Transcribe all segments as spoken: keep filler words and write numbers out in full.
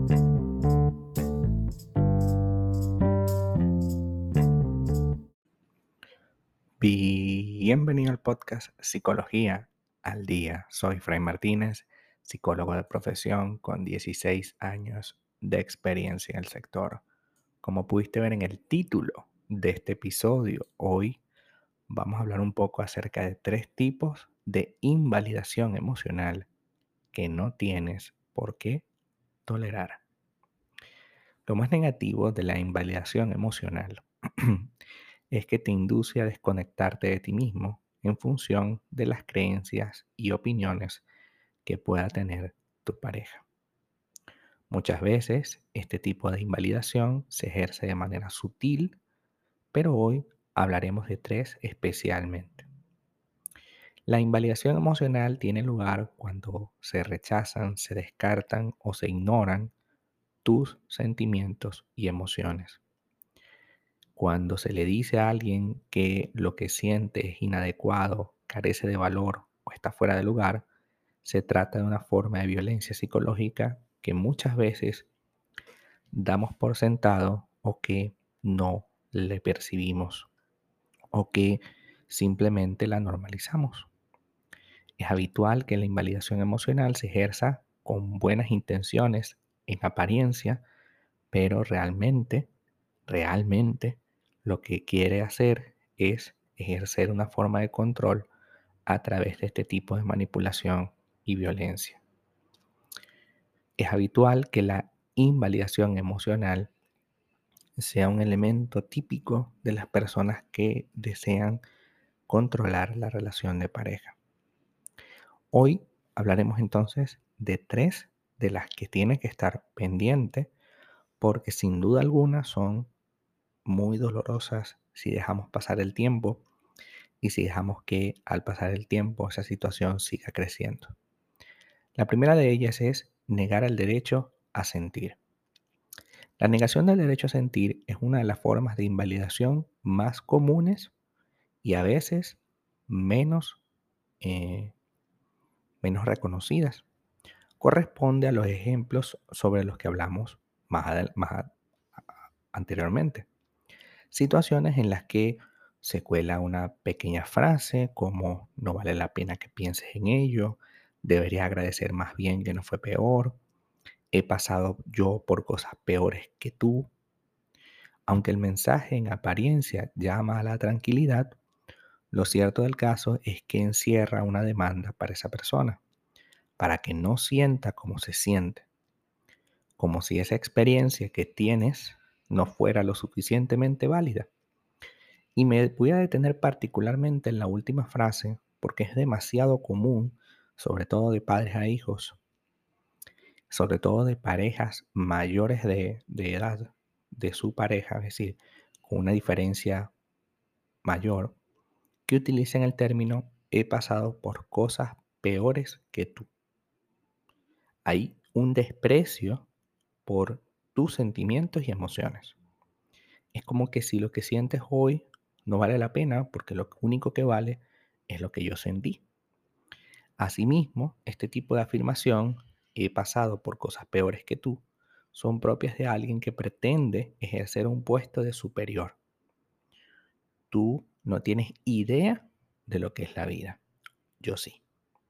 Bienvenido al podcast Psicología al Día. Soy Fray Martínez, psicólogo de profesión con dieciséis años de experiencia en el sector. Como pudiste ver en el título de este episodio, hoy vamos a hablar un poco acerca de tres tipos de invalidación emocional que no tienes por qué tolerar. Lo más negativo de la invalidación emocional es que te induce a desconectarte de ti mismo en función de las creencias y opiniones que pueda tener tu pareja. Muchas veces este tipo de invalidación se ejerce de manera sutil, pero hoy hablaremos de tres especialmente. La invalidación emocional tiene lugar cuando se rechazan, se descartan o se ignoran tus sentimientos y emociones. Cuando se le dice a alguien que lo que siente es inadecuado, carece de valor o está fuera de lugar, se trata de una forma de violencia psicológica que muchas veces damos por sentado o que no le percibimos o que simplemente la normalizamos. Es habitual que la invalidación emocional se ejerza con buenas intenciones en apariencia, pero realmente, realmente lo que quiere hacer es ejercer una forma de control a través de este tipo de manipulación y violencia. Es habitual que la invalidación emocional sea un elemento típico de las personas que desean controlar la relación de pareja. Hoy hablaremos entonces de tres de las que tiene que estar pendiente porque sin duda alguna son muy dolorosas si dejamos pasar el tiempo y si dejamos que al pasar el tiempo esa situación siga creciendo. La primera de ellas es negar el derecho a sentir. La negación del derecho a sentir es una de las formas de invalidación más comunes y a veces menos, eh, menos reconocidas. Corresponde a los ejemplos sobre los que hablamos más, adel- más a- a- anteriormente. Situaciones en las que se cuela una pequeña frase como no vale la pena que pienses en ello, deberías agradecer más bien que no fue peor, he pasado yo por cosas peores que tú. Aunque el mensaje en apariencia llama a la tranquilidad, lo cierto del caso es que encierra una demanda para esa persona, para que no sienta como se siente, como si esa experiencia que tienes no fuera lo suficientemente válida. Y me voy a detener particularmente en la última frase porque es demasiado común, sobre todo de padres a hijos, sobre todo de parejas mayores de, de edad de su pareja, es decir, con una diferencia mayor, que utilicen el término he pasado por cosas peores que tú. Hay un desprecio por tus sentimientos y emociones. Es como que si lo que sientes hoy no vale la pena porque lo único que vale es lo que yo sentí. Asimismo, este tipo de afirmación, he pasado por cosas peores que tú, son propias de alguien que pretende ejercer un puesto de superior. Tú no tienes idea de lo que es la vida. Yo sí.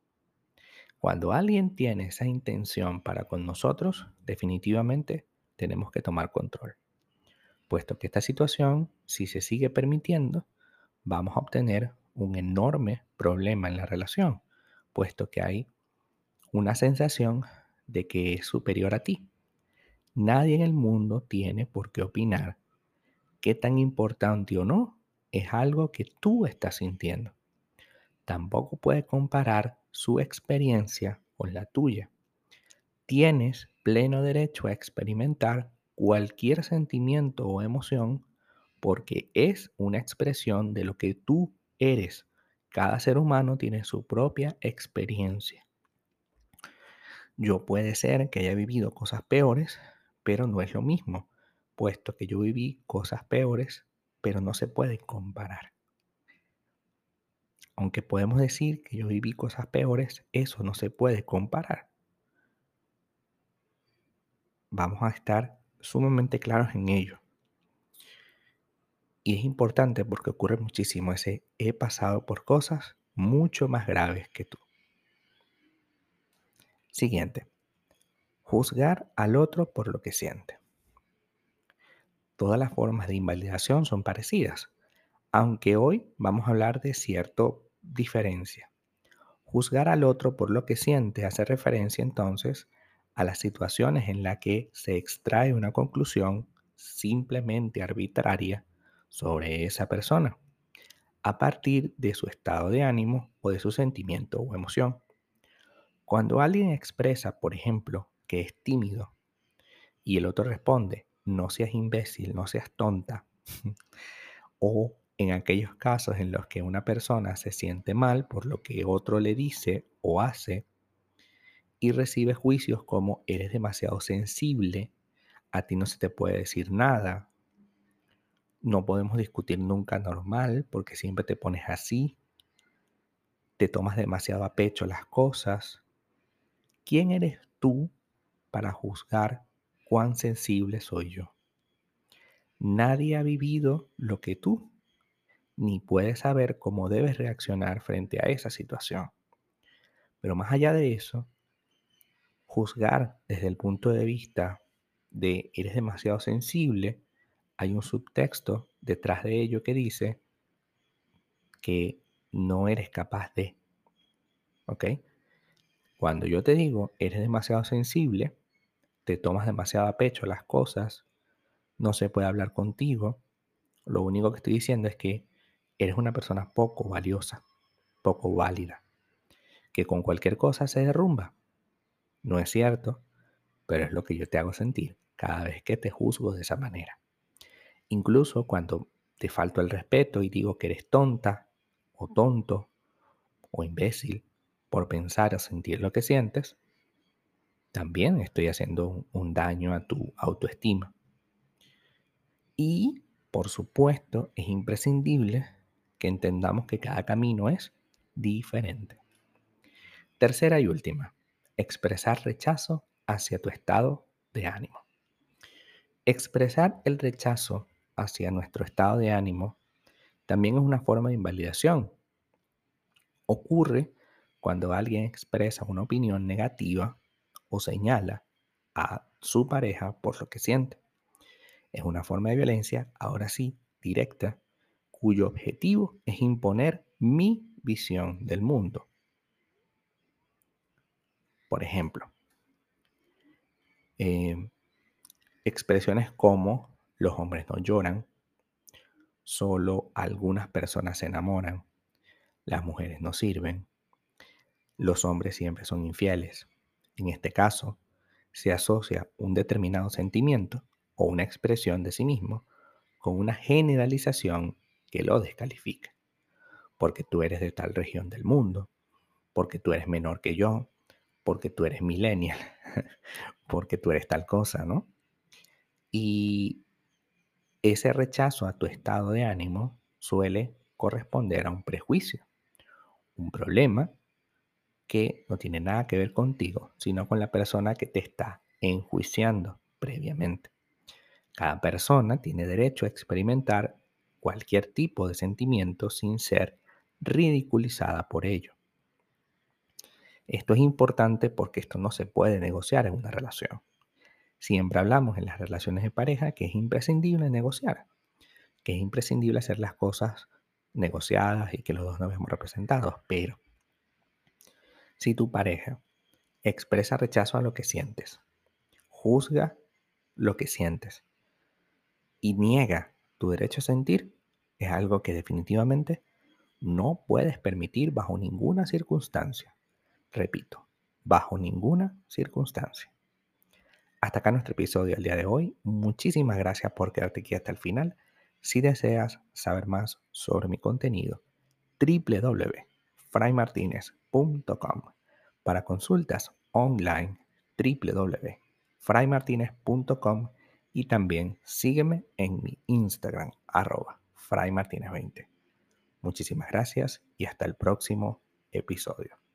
Cuando alguien tiene esa intención para con nosotros, definitivamente tenemos que tomar control, puesto que esta situación, si se sigue permitiendo, vamos a obtener un enorme problema en la relación, puesto que hay una sensación de que es superior a ti. Nadie en el mundo tiene por qué opinar qué tan importante o no es algo que tú estás sintiendo. Tampoco puede comparar su experiencia con la tuya. Tienes pleno derecho a experimentar cualquier sentimiento o emoción porque es una expresión de lo que tú eres. Cada ser humano tiene su propia experiencia. Yo puede ser que haya vivido cosas peores, pero no es lo mismo, puesto que yo viví cosas peores, pero no se puede comparar. Aunque podemos decir que yo viví cosas peores, eso no se puede comparar. vamos a estar sumamente claros en ello. Y es importante porque ocurre muchísimo ese he pasado por cosas mucho más graves que tú. Siguiente, juzgar al otro por lo que siente. Todas las formas de invalidación son parecidas, aunque hoy vamos a hablar de cierta diferencia. Juzgar al otro por lo que siente hace referencia entonces a las situaciones en las que se extrae una conclusión simplemente arbitraria sobre esa persona, a partir de su estado de ánimo o de su sentimiento o emoción. Cuando alguien expresa, por ejemplo, que es tímido y el otro responde, no seas imbécil, no seas tonta, o en aquellos casos en los que una persona se siente mal por lo que otro le dice o hace y recibe juicios como eres demasiado sensible, a ti no se te puede decir nada, no podemos discutir nunca normal porque siempre te pones así, te tomas demasiado a pecho las cosas. ¿Quién eres tú para juzgar cuán sensible soy yo? Nadie ha vivido lo que tú, ni puede saber cómo debes reaccionar frente a esa situación. Pero más allá de eso, juzgar desde el punto de vista de eres demasiado sensible, hay un subtexto detrás de ello que dice que no eres capaz de, ¿ok? Cuando yo te digo eres demasiado sensible, te tomas demasiado a pecho las cosas, no se puede hablar contigo, lo único que estoy diciendo es que eres una persona poco valiosa, poco válida, que con cualquier cosa se derrumba. No es cierto, pero es lo que yo te hago sentir cada vez que te juzgo de esa manera. Incluso cuando te falto el respeto y digo que eres tonta o tonto o imbécil por pensar o sentir lo que sientes, también estoy haciendo un, un daño a tu autoestima. Y, por supuesto, es imprescindible que entendamos que cada camino es diferente. Tercera y última, expresar rechazo hacia tu estado de ánimo. Expresar el rechazo hacia nuestro estado de ánimo también es una forma de invalidación. Ocurre cuando alguien expresa una opinión negativa o señala a su pareja por lo que siente. Es una forma de violencia, ahora sí, directa, cuyo objetivo es imponer mi visión del mundo. Por ejemplo, eh, expresiones como los hombres no lloran, solo algunas personas se enamoran, las mujeres no sirven, los hombres siempre son infieles. En este caso, se asocia un determinado sentimiento o una expresión de sí mismo con una generalización que lo descalifica, porque tú eres de tal región del mundo, porque tú eres menor que yo, porque tú eres millennial, porque tú eres tal cosa, ¿no? Y ese rechazo a tu estado de ánimo suele corresponder a un prejuicio, un problema que no tiene nada que ver contigo, sino con la persona que te está enjuiciando previamente. Cada persona tiene derecho a experimentar cualquier tipo de sentimiento sin ser ridiculizada por ello. Esto es importante porque esto no se puede negociar en una relación. Siempre hablamos en las relaciones de pareja que es imprescindible negociar, que es imprescindible hacer las cosas negociadas y que los dos nos vemos representados. Pero si tu pareja expresa rechazo a lo que sientes, juzga lo que sientes y niega tu derecho a sentir, es algo que definitivamente no puedes permitir bajo ninguna circunstancia. Repito, bajo ninguna circunstancia. Hasta acá nuestro episodio del día de hoy. Muchísimas gracias por quedarte aquí hasta el final. Si deseas saber más sobre mi contenido, w w w punto fray martinez punto com. Para consultas online, w w w punto fray martinez punto com, y también sígueme en mi Instagram, arroba fray martinez veinte. Muchísimas gracias y hasta el próximo episodio.